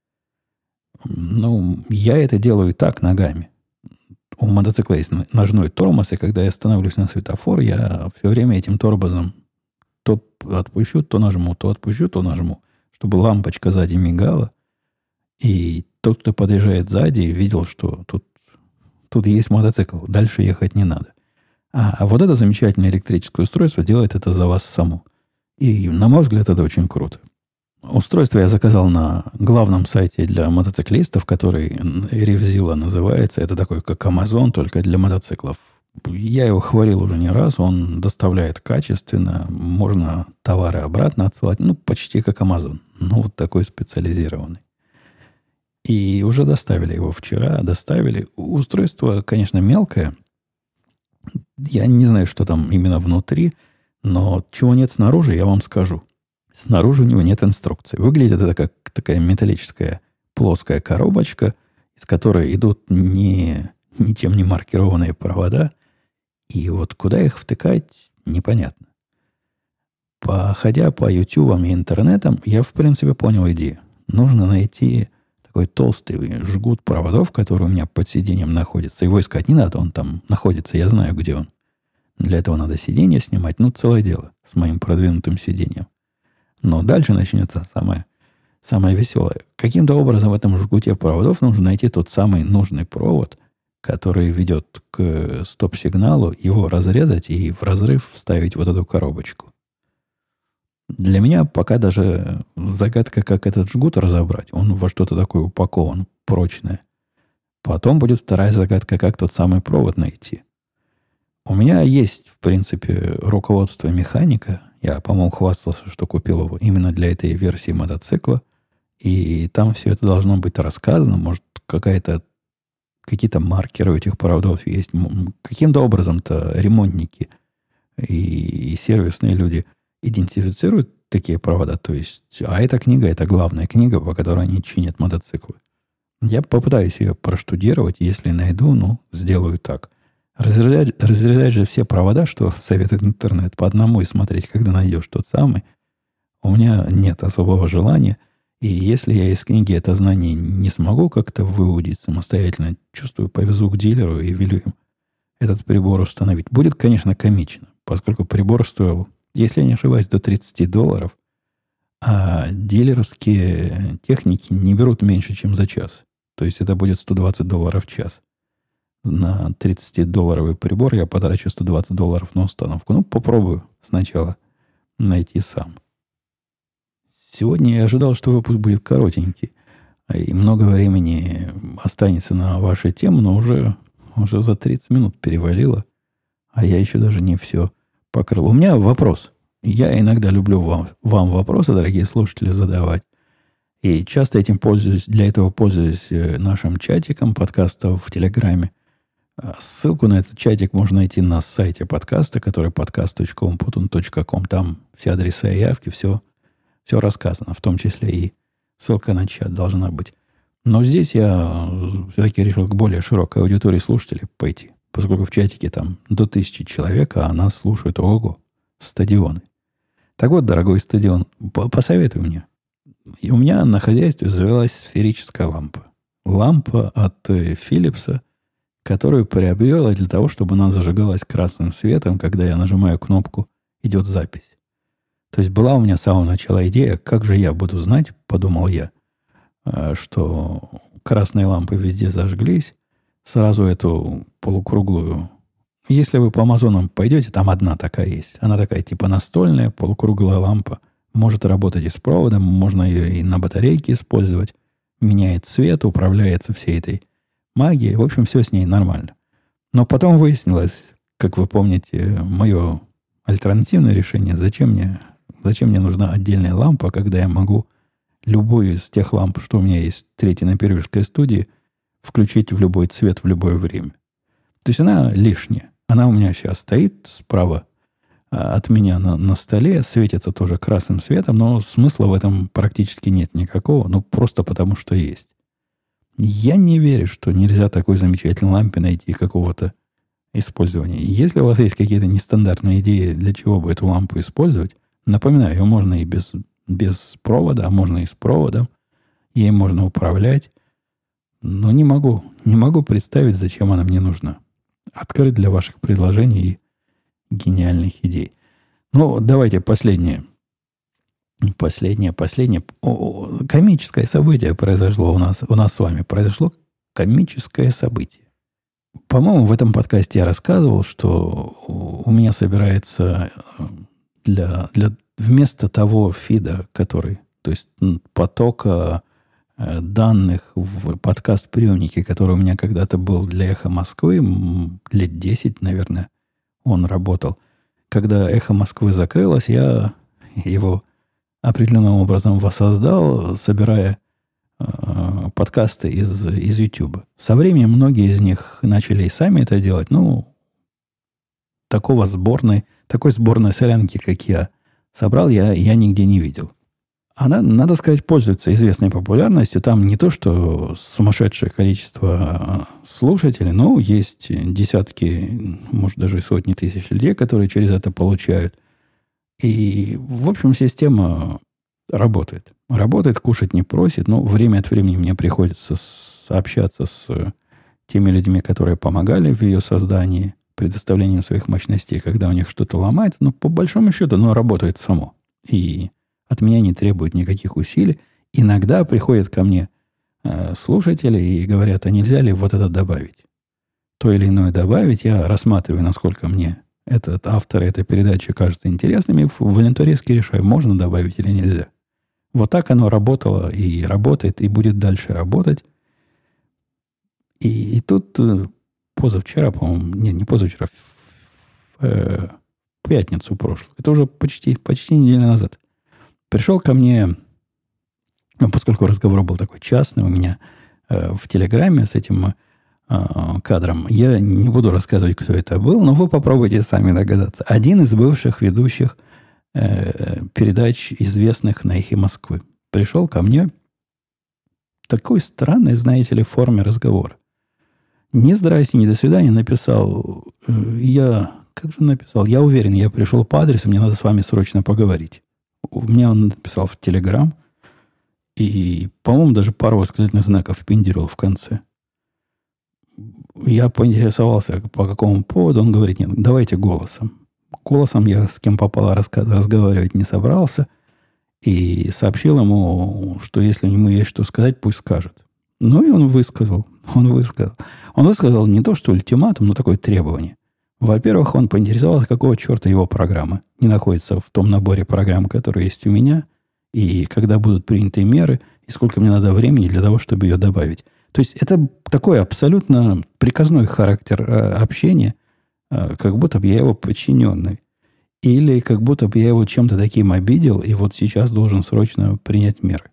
Ну, я это делаю так, ногами. У мотоцикла есть ножной тормоз, и когда я становлюсь на светофор, я все время этим тормозом то отпущу, то нажму, то отпущу, то нажму, чтобы лампочка сзади мигала, и тот, кто подъезжает сзади, видел, что тут, тут есть мотоцикл, дальше ехать не надо. А, а вот это замечательное электрическое устройство делает это за вас само. И, на мой взгляд, это очень круто. Устройство я заказал на главном сайте для мотоциклистов, который Revzilla называется. Это такой, как Amazon, только для мотоциклов. Я его хвалил уже не раз. Он доставляет качественно. Можно товары обратно отсылать. Ну, почти как Amazon. Ну, вот такой специализированный. И уже доставили его вчера. Доставили. Устройство, конечно, мелкое. Я не знаю, что там именно внутри. Но чего нет снаружи, я вам скажу. Снаружи у него нет инструкции. Выглядит это как такая металлическая плоская коробочка, из которой идут не, ничем не маркированные провода. И вот куда их втыкать, непонятно. Походя по ютубам и интернетам, я, в принципе, понял идею. Нужно найти такой толстый жгут проводов, который у меня под сиденьем находится. Его искать не надо, он там находится, я знаю, где он. Для этого надо сиденье снимать. Ну, целое дело с моим продвинутым сиденьем. Но дальше начнется самое, самое веселое. Каким-то образом в этом жгуте проводов нужно найти тот самый нужный провод, который ведет к стоп-сигналу, его разрезать и в разрыв вставить вот эту коробочку. Для меня пока даже загадка, как этот жгут разобрать. Он во что-то такое упакован, прочное. Потом будет вторая загадка, как тот самый провод найти. У меня есть, в принципе, руководство механика. Я, по-моему, хвастался, что купил его именно для этой версии мотоцикла. И там все это должно быть рассказано. Может, какая-то, какие-то маркеры у этих проводов есть. Каким-то образом-то ремонтники и, и сервисные люди идентифицируют такие провода. То есть, а эта книга, это главная книга, по которой они чинят мотоциклы. Я попытаюсь ее проштудировать. Если найду, ну, сделаю так. Разрезать, разрезать же все провода, что советует интернет, по одному и смотреть, когда найдешь тот самый. У меня нет особого желания. И если я из книги это знание не смогу как-то выудить самостоятельно, чувствую, повезу к дилеру и велю им этот прибор установить. Будет, конечно, комично, поскольку прибор стоил, если я не ошибаюсь, до тридцать долларов, а дилеровские техники не берут меньше, чем за час. То есть это будет сто двадцать долларов в час. На тридцатидолларовый прибор я потрачу сто двадцать долларов на установку. Ну, попробую сначала найти сам. Сегодня я ожидал, что выпуск будет коротенький. И много времени останется на ваши темы, но уже, уже за тридцать минут перевалило. А я еще даже не все покрыл. У меня вопрос. Я иногда люблю вам, вам вопросы, дорогие слушатели, задавать. И часто этим пользуюсь, для этого пользуюсь нашим чатиком подкаста в Телеграме. Ссылку на этот чатик можно найти на сайте подкаста, который подкаст точка умпутун точка ком. Там все адреса и явки, все, все рассказано, в том числе и ссылка на чат должна быть. Но здесь я все-таки решил к более широкой аудитории слушателей пойти, поскольку в чатике там до тысячи человек, а нас слушают, ого, стадионы. Так вот, дорогой стадион, посоветуй мне. И у меня на хозяйстве завелась сферическая лампа. Лампа от Philips'а, которую приобрела для того, чтобы она зажигалась красным светом, когда я нажимаю кнопку «Идет запись». То есть была у меня с самого начала идея, как же я буду знать, подумал я, что красные лампы везде зажглись, сразу эту полукруглую. Если вы по Амазонам пойдете, там одна такая есть. Она такая типа настольная, полукруглая лампа. Может работать и с проводом, можно ее и на батарейке использовать. Меняет цвет, управляется всей этой магией. В общем, все с ней нормально. Но потом выяснилось, как вы помните, мое альтернативное решение. Зачем мне, зачем мне нужна отдельная лампа, когда я могу любую из тех ламп, что у меня есть в третьей на Пермской студии, включить в любой цвет в любое время. То есть она лишняя. Она у меня сейчас стоит справа от меня на, на столе, светится тоже красным светом, но смысла в этом практически нет никакого, ну, просто потому что есть. Я не верю, что нельзя такой замечательной лампе найти какого-то использования. Если у вас есть какие-то нестандартные идеи, для чего бы эту лампу использовать, напоминаю, ее можно и без, без провода, а можно и с проводом. Ей можно управлять. Но не могу, не могу представить, зачем она мне нужна. Открыт для ваших предложений и гениальных идей. Ну, давайте последнее. Последнее, последнее. О, комическое событие произошло у нас, у нас с вами. Произошло комическое событие. По-моему, в этом подкасте я рассказывал, что у меня собирается для, для, вместо того фида, который, то есть потока данных в подкаст-приемнике, который у меня когда-то был для «Эхо Москвы», лет десять, наверное, он работал. Когда «Эхо Москвы» закрылось, я его определенным образом воссоздал, собирая э, подкасты из, из YouTube. Со временем многие из них начали и сами это делать. Ну, такого сборной, такой сборной солянки, как я собрал, я, я нигде не видел. Она, надо сказать, пользуется известной популярностью. Там не то, что сумасшедшее количество слушателей, но есть десятки, может, даже сотни тысяч людей, которые через это получают. И, в общем, система работает. Работает, кушать не просит, но время от времени мне приходится общаться с теми людьми, которые помогали в ее создании, предоставлением своих мощностей, когда у них что-то ломается. Но по большому счету оно работает само. И от меня не требует никаких усилий. Иногда приходят ко мне э, слушатели и говорят, а нельзя ли вот это добавить? То или иное добавить. Я рассматриваю, насколько мне этот автор этой передачи кажется интересным, и волонтерски решаю, можно добавить или нельзя. Вот так оно работало и работает, и будет дальше работать. И, и тут э, позавчера, по-моему, не, не позавчера, в, э, в пятницу прошлую, это уже почти, почти неделю назад, пришел ко мне, ну, поскольку разговор был такой частный у меня э, в Телеграме с этим э, кадром, я не буду рассказывать, кто это был, но вы попробуйте сами догадаться. Один из бывших ведущих э, передач, известных на «Эхе Москвы», пришел ко мне в такой странной, знаете ли, форме разговора. Не здрасте, не до свидания, написал, э, я, как же написал, я уверен, я пришел по адресу, мне надо с вами срочно поговорить. У меня он написал в Телеграм. И, по-моему, даже пару восклицательных знаков впендюрил в конце. Я поинтересовался, по какому поводу. Он говорит, нет, давайте голосом. Голосом я с кем попало разговаривать не собрался. И сообщил ему, что если ему есть что сказать, пусть скажет. Ну, и он высказал. Он высказал. Он высказал не то, что ультиматум, но такое требование. Во-первых, он поинтересовался, какого черта его программа не находится в том наборе программ, которые есть у меня, и когда будут приняты меры, и сколько мне надо времени для того, чтобы ее добавить. То есть это такой абсолютно приказной характер э, общения, э, как будто бы я его подчиненный. Или как будто бы я его чем-то таким обидел, и вот сейчас должен срочно принять меры.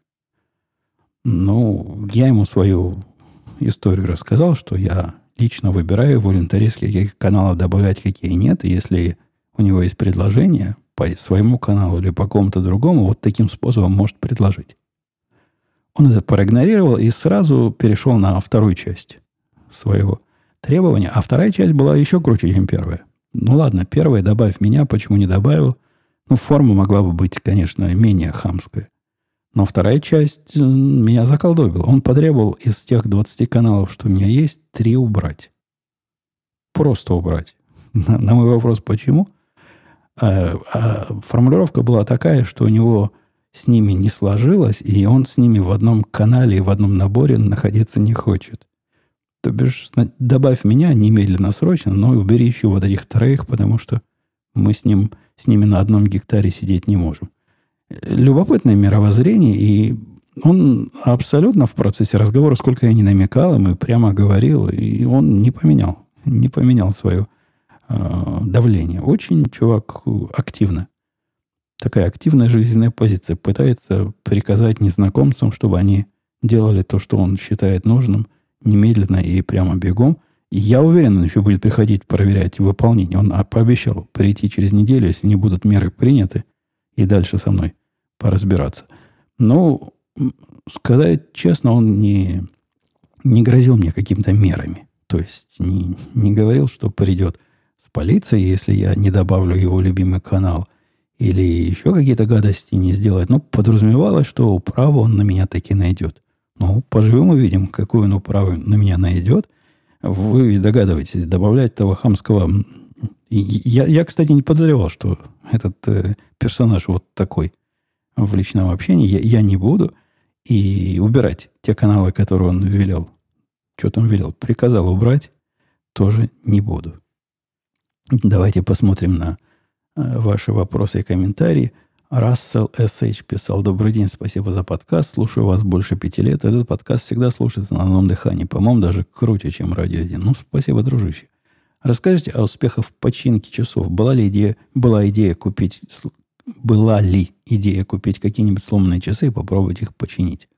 Ну, я ему свою историю рассказал, что я лично выбираю волонтерски, какие каналы добавлять, какие нет. И если у него есть предложение по своему каналу или по какому-то другому, вот таким способом может предложить. Он это проигнорировал и сразу перешел на вторую часть своего требования. А вторая часть была еще круче, чем первая. Ну ладно, первая, добавь меня, почему не добавил? Ну, форма могла бы быть, конечно, менее хамская. Но вторая часть меня заколдобила. Он потребовал из тех двадцати каналов, что у меня есть, три убрать. Просто убрать. На, на мой вопрос, почему? А, а формулировка была такая, что у него с ними не сложилось, и он с ними в одном канале и в одном наборе находиться не хочет. То бишь, добавь меня немедленно, срочно, но убери еще вот этих троих, потому что мы с, ним, с ними на одном гектаре сидеть не можем. Любопытное мировоззрение, и он абсолютно в процессе разговора, сколько я не намекал ему, прямо говорил, и он не поменял, не поменял свое э, давление. Очень чувак активно. Такая активная жизненная позиция. Пытается приказать незнакомцам, чтобы они делали то, что он считает нужным, немедленно и прямо бегом. Я уверен, он еще будет приходить проверять выполнение. Он пообещал прийти через неделю, если не будут меры приняты, и дальше со мной поразбираться. Но, сказать честно, он не, не грозил мне какими-то мерами. То есть не, не говорил, что придет с полицией, если я не добавлю его любимый канал, или еще какие-то гадости не сделает. Но подразумевалось, что управу он на меня таки найдет. Ну, поживем увидим, какую он управу на меня найдет. Вы догадываетесь, добавлять того хамского... Я, я, кстати, не подозревал, что этот э, персонаж вот такой в личном общении. Я, я не буду. И убирать те каналы, которые он велел. Что там велел? Приказал убрать. Тоже не буду. Давайте посмотрим на э, ваши вопросы и комментарии. Рассел эс эйч писал: добрый день, спасибо за подкаст. Слушаю вас больше пяти лет. Этот подкаст всегда слушается на одном дыхании. По-моему, даже круче, чем Радио один. Ну, спасибо, дружище. Расскажите о успехах в починке часов. Была ли идея, была идея купить, была ли идея купить какие-нибудь сломанные часы и попробовать их починить?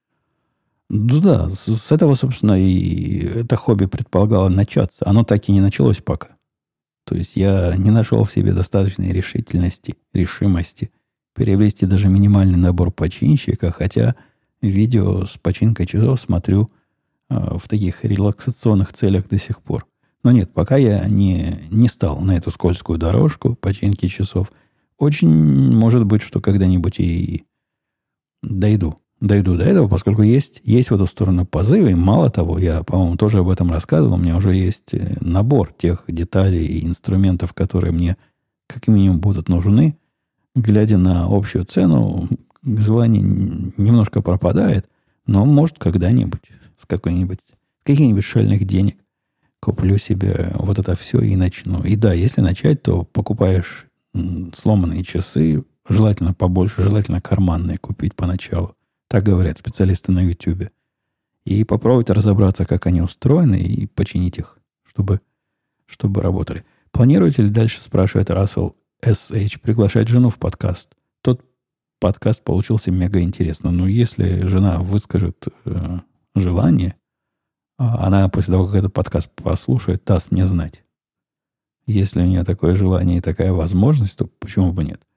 Ну да, с, с этого, собственно, и это хобби предполагало начаться. Оно так и не началось пока. То есть я не нашел в себе достаточной решительности, решимости приобрести даже минимальный набор починщика, хотя видео с починкой часов смотрю э, в таких релаксационных целях до сих пор. Но нет, пока я не, не стал на эту скользкую дорожку починки часов. Очень может быть, что когда-нибудь и дойду. Дойду до этого, поскольку есть, есть в эту сторону позывы. И мало того, я, по-моему, тоже об этом рассказывал. У меня уже есть набор тех деталей и инструментов, которые мне как минимум будут нужны. Глядя на общую цену, желание немножко пропадает. Но, может, когда-нибудь с какой-нибудь, каких-нибудь шальных денег куплю себе вот это все и начну. И да, если начать, то покупаешь сломанные часы, желательно побольше, желательно карманные купить поначалу. Так говорят специалисты на YouTube. И попробовать разобраться, как они устроены, и починить их, чтобы, чтобы работали. Планируете ли дальше, спрашивает Рассел эс эйч, приглашать жену в подкаст? Тот подкаст получился мега интересно. Но если жена выскажет э, желание, она после того, как этот подкаст послушает, даст мне знать. Если у нее такое желание и такая возможность, то почему бы нет?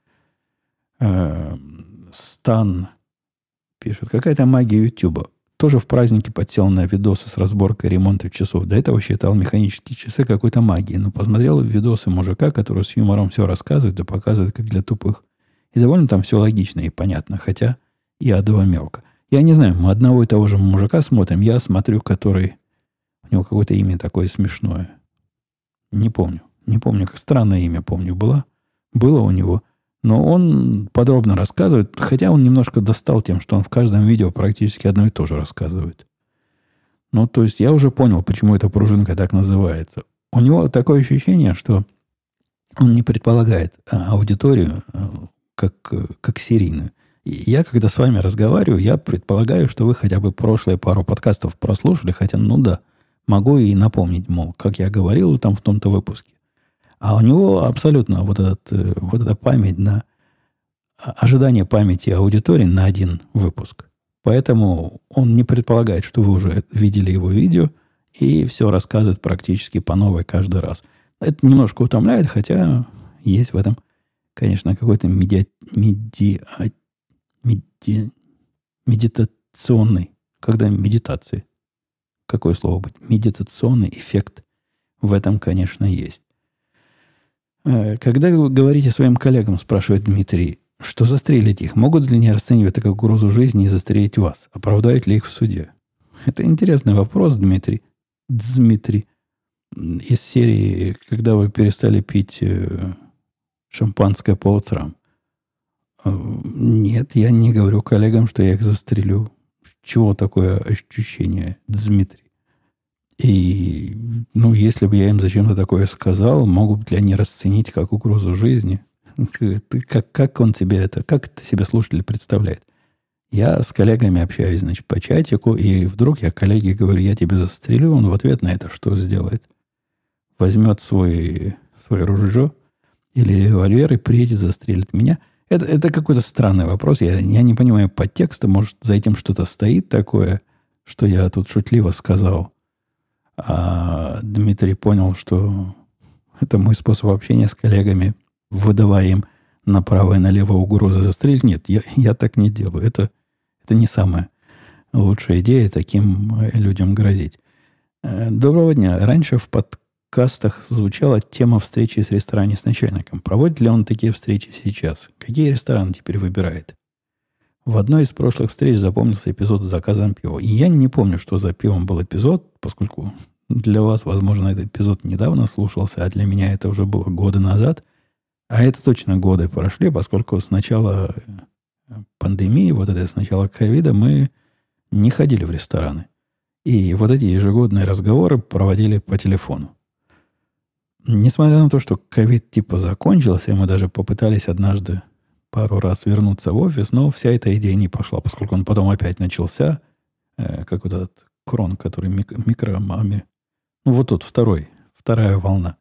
Э, Стан пишет: какая-то магия Ютуба. Тоже в празднике подсел на видосы с разборкой ремонта часов. До этого считал механические часы какой-то магией. Но посмотрел видосы мужика, который с юмором все рассказывает и показывает, как для тупых. И довольно там все логично и понятно. Хотя и адово мелко. Я не знаю, мы одного и того же мужика смотрим. Я смотрю, который... У него какое-то имя такое смешное. Не помню. Не помню, как странное имя, помню, было. Было у него. Но он подробно рассказывает, хотя он немножко достал тем, что он в каждом видео практически одно и то же рассказывает. Ну, то есть я уже понял, почему эта пружинка так называется. У него такое ощущение, что он не предполагает аудиторию как, как серийную. И я, когда с вами разговариваю, я предполагаю, что вы хотя бы прошлые пару подкастов прослушали, хотя, ну да, могу и напомнить, мол, как я говорил там в том-то выпуске. А у него абсолютно вот, этот, вот эта память на ожидание памяти аудитории на один выпуск. Поэтому он не предполагает, что вы уже видели его видео, и все рассказывает практически по новой каждый раз. Это немножко утомляет, хотя есть в этом, конечно, какой-то меди... Меди... Меди... медитационный, когда медитации. Какое слово быть? Медитационный эффект в этом, конечно, есть. Когда вы говорите своим коллегам, спрашивает Дмитрий, что застрелить их, могут ли они расценивать это как угрозу жизни и застрелить вас? Оправдают ли их в суде? Это интересный вопрос, Дмитрий. Дмитрий. Из серии, когда вы перестали пить шампанское по утрам. Нет, я не говорю коллегам, что я их застрелю. Чего такое ощущение, Дмитрий? И, ну, если бы я им зачем-то такое сказал, могут ли они расценить как угрозу жизни? Ты, как, как он тебе это, как это себе слушатель представляет? Я с коллегами общаюсь, значит, по чатику, и вдруг я коллеге говорю, я тебя застрелю, он в ответ на это что сделает? Возьмет свой, свое ружье или револьвер и приедет, застрелит меня. Это, это какой-то странный вопрос. Я, я не понимаю подтекста. Может, за этим что-то стоит такое, что я тут шутливо сказал. А Дмитрий понял, что это мой способ общения с коллегами, выдавая им направо и налево угрозы застрелить. Нет, я, я так не делаю. Это, это не самая лучшая идея таким людям грозить. Доброго дня. Раньше в подкастах звучала тема встречи с ресторане с начальником. Проводит ли он такие встречи сейчас? Какие рестораны теперь выбирает? В одной из прошлых встреч запомнился эпизод с заказом пива. И я не помню, что за пивом был эпизод, поскольку для вас, возможно, этот эпизод недавно слушался, а для меня это уже было годы назад. А это точно годы прошли, поскольку с начала пандемии, вот это с начала ковида, мы не ходили в рестораны. И вот эти ежегодные разговоры проводили по телефону. Несмотря на то, что ковид типа закончился, и мы даже попытались однажды пару раз вернуться в офис, но вся эта идея не пошла, поскольку он потом опять начался, э, как вот этот крон, который мик- микромами. Ну, вот тут второй, вторая волна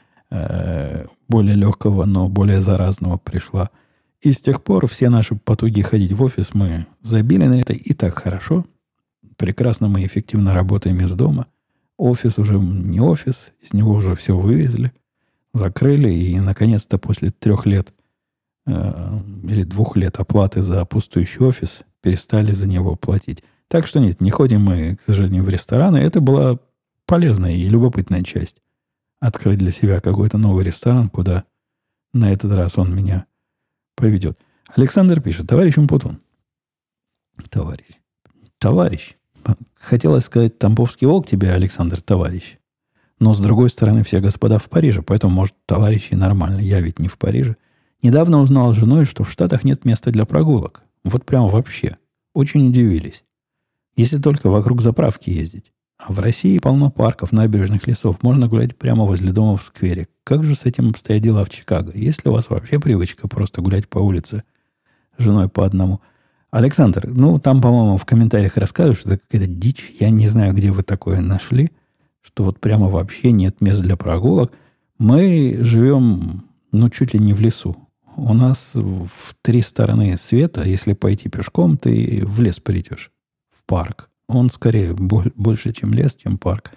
э, более легкого, но более заразного пришла. И с тех пор все наши потуги ходить в офис мы забили на это, и так хорошо. Прекрасно мы эффективно работаем из дома. Офис уже не офис, из него уже все вывезли, закрыли, и, наконец-то, после трех лет э, или двух лет оплаты за пустующий офис перестали за него платить. Так что нет, не ходим мы, к сожалению, в рестораны. Это была полезная и любопытная часть. Открыть для себя какой-то новый ресторан, куда на этот раз он меня поведет. Александр пишет: товарищ Умпутун. Товарищ. Товарищ. Хотелось сказать «Тамбовский волк» тебе, Александр, товарищ. Но, с другой стороны, все господа в Париже, поэтому, может, товарищи нормально. Я ведь не в Париже. Недавно узнал с женой, что в Штатах нет места для прогулок. Вот прям вообще. Очень удивились. Если только вокруг заправки ездить. А в России полно парков, набережных, лесов. Можно гулять прямо возле дома в сквере. Как же с этим обстоят дела в Чикаго? Есть ли у вас вообще привычка просто гулять по улице с женой по одному? Александр, ну, там, по-моему, в комментариях рассказывают, что это какая-то дичь. Я не знаю, где вы такое нашли, что вот прямо вообще нет мест для прогулок. Мы живем, ну, чуть ли не в лесу. У нас в три стороны света, если пойти пешком, ты в лес придешь, в парк. Он скорее больше, чем лес, чем парк.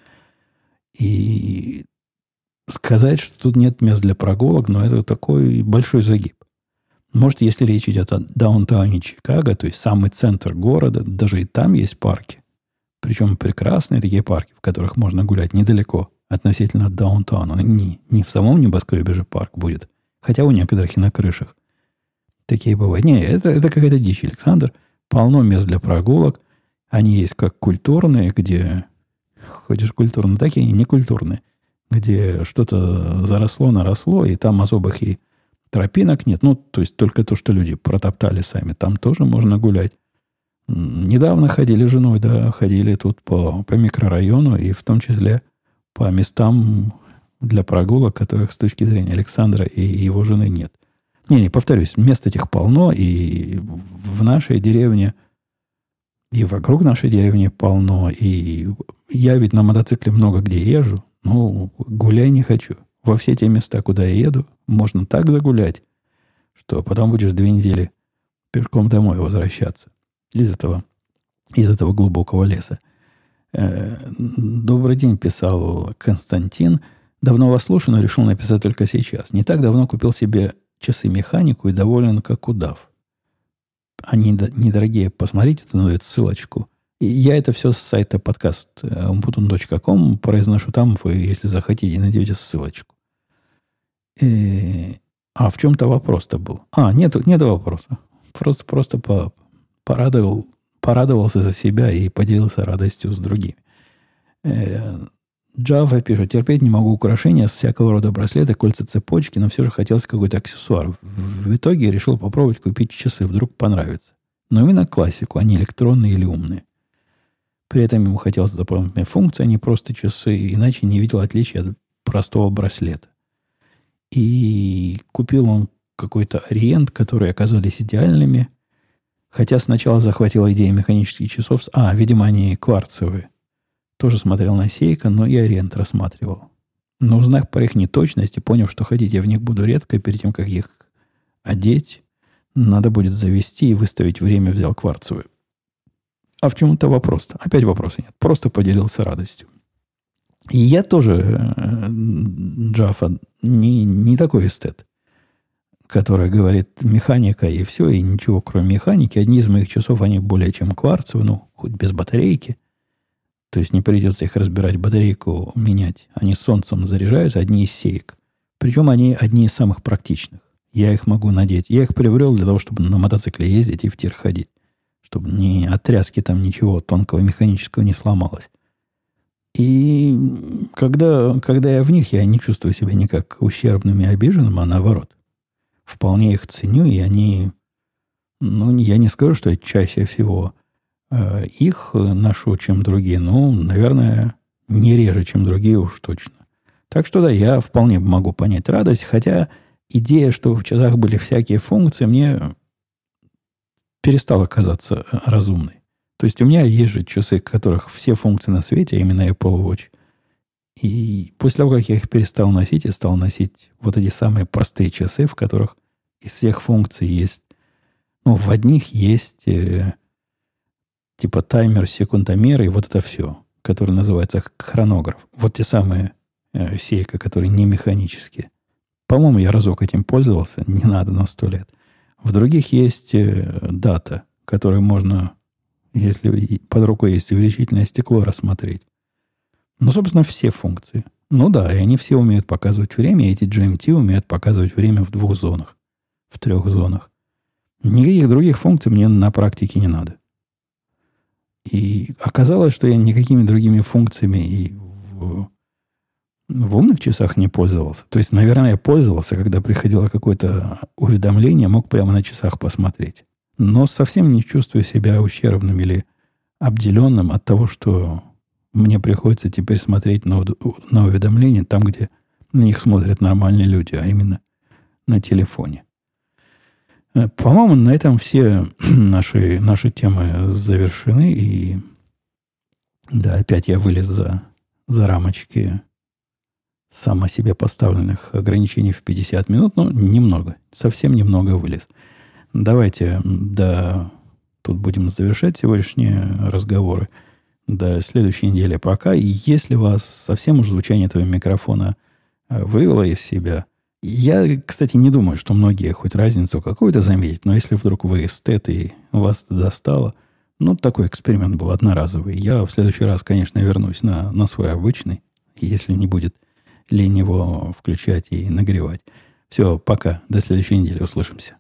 И сказать, что тут нет мест для прогулок, но это такой большой загиб. Может, если речь идет о даунтауне Чикаго, то есть самый центр города, даже и там есть парки. Причем прекрасные такие парки, в которых можно гулять недалеко относительно даунтауна. Не, не в самом небоскребе же парк будет. Хотя у некоторых и на крышах. Такие бывают. Не, это, это какая-то дичь, Александр. Полно мест для прогулок. Они есть как культурные, где ходишь культурно, так и некультурные. Где что-то заросло, наросло, и там особых и тропинок нет. Ну, то есть только то, что люди протоптали сами. Там тоже можно гулять. Недавно ходили с женой, да, ходили тут по, по микрорайону, и в том числе по местам для прогулок, которых с точки зрения Александра и его жены нет. Не, не, повторюсь, мест этих полно, и в нашей деревне, и вокруг нашей деревни полно, и я ведь на мотоцикле много где езжу, ну, гуляй не хочу. Во все те места, куда я еду, можно так загулять, что потом будешь две недели пешком домой возвращаться из этого, из этого глубокого леса. Добрый день, писал Константин. Давно вас слушаю, но решил написать только сейчас. Не так давно купил себе часы-механику и доволен как удав. Они недорогие, посмотрите, тут дает ссылочку. И я это все с сайта подкаст умпутун точка ком произношу там, вы, если захотите, найдете ссылочку. И... А в чем-то вопрос-то был. А, нет, нет вопроса. Просто, просто по, порадовал, порадовался за себя и поделился радостью с другими. Java пишет: терпеть не могу украшения с всякого рода браслеты, кольца, цепочки, но все же хотелось какой-то аксессуар. В итоге решил попробовать купить часы, вдруг понравится. Но именно классику, а не электронные или умные. При этом ему хотелось дополнительные функции, а не просто часы, иначе не видел отличия от простого браслета. И купил он какой-то Ориент, которые оказались идеальными, хотя сначала захватила идея механических часов. А, видимо, они кварцевые. Тоже смотрел на Сейко, но и Ориент рассматривал. Но узнав про их неточность и поняв, что ходить я в них буду редко, перед тем, как их одеть, надо будет завести и выставить время, взял кварцевые. А в чем-то вопрос-то? Опять вопроса нет. Просто поделился радостью. И я тоже, Джафа, не, не такой эстет, который говорит механика и все, и ничего кроме механики. Одни из моих часов, они более чем кварцевые, ну, хоть без батарейки. То есть не придется их разбирать, батарейку менять. Они солнцем заряжаются, одни из сеек. Причем они одни из самых практичных. Я их могу надеть. Я их приобрел для того, чтобы на мотоцикле ездить и в тир ходить. Чтобы ни от тряски там ничего тонкого механического не сломалось. И когда, когда я в них, я не чувствую себя никак ущербным и обиженным, а наоборот. Вполне их ценю, и они... Ну, я не скажу, что я чаще всего э, их ношу, чем другие. Ну, наверное, не реже, чем другие уж точно. Так что да, я вполне могу понять радость, хотя идея, что в часах были всякие функции, мне перестала казаться разумной. То есть у меня есть же часы, у которых все функции на свете, а именно Apple Watch. И после того, как я их перестал носить, и стал носить вот эти самые простые часы, в которых из всех функций есть... Ну, в одних есть э, типа таймер, секундомер и вот это все, которое называется хронограф. Вот те самые э, сейка, которые не механические. По-моему, я разок этим пользовался, не надо на сто лет. В других есть э, дата, которую можно, если под рукой есть увеличительное стекло, рассмотреть. Ну, собственно, все функции. Ну да, и они все умеют показывать время, и эти джи эм ти умеют показывать время в двух зонах, в трех зонах. Никаких других функций мне на практике не надо. И оказалось, что я никакими другими функциями и в, в умных часах не пользовался. То есть, наверное, я пользовался, когда приходило какое-то уведомление, мог прямо на часах посмотреть. Но совсем не чувствую себя ущербным или обделенным от того, что мне приходится теперь смотреть на, на уведомления там, где на них смотрят нормальные люди, а именно на телефоне. По-моему, на этом все наши, наши темы завершены. И да, опять я вылез за, за рамочки само себе поставленных ограничений в пятьдесят минут. Но немного, совсем немного вылез. Давайте да, тут будем завершать сегодняшние разговоры. До следующей недели пока. И если вас совсем уж звучание этого микрофона вывело из себя... Я, кстати, не думаю, что многие хоть разницу какую-то заметят, но если вдруг вы эстет и вас это достало, ну, такой эксперимент был одноразовый. Я в следующий раз, конечно, вернусь на, на свой обычный, если не будет лень его включать и нагревать. Все, пока. До следующей недели. Услышимся.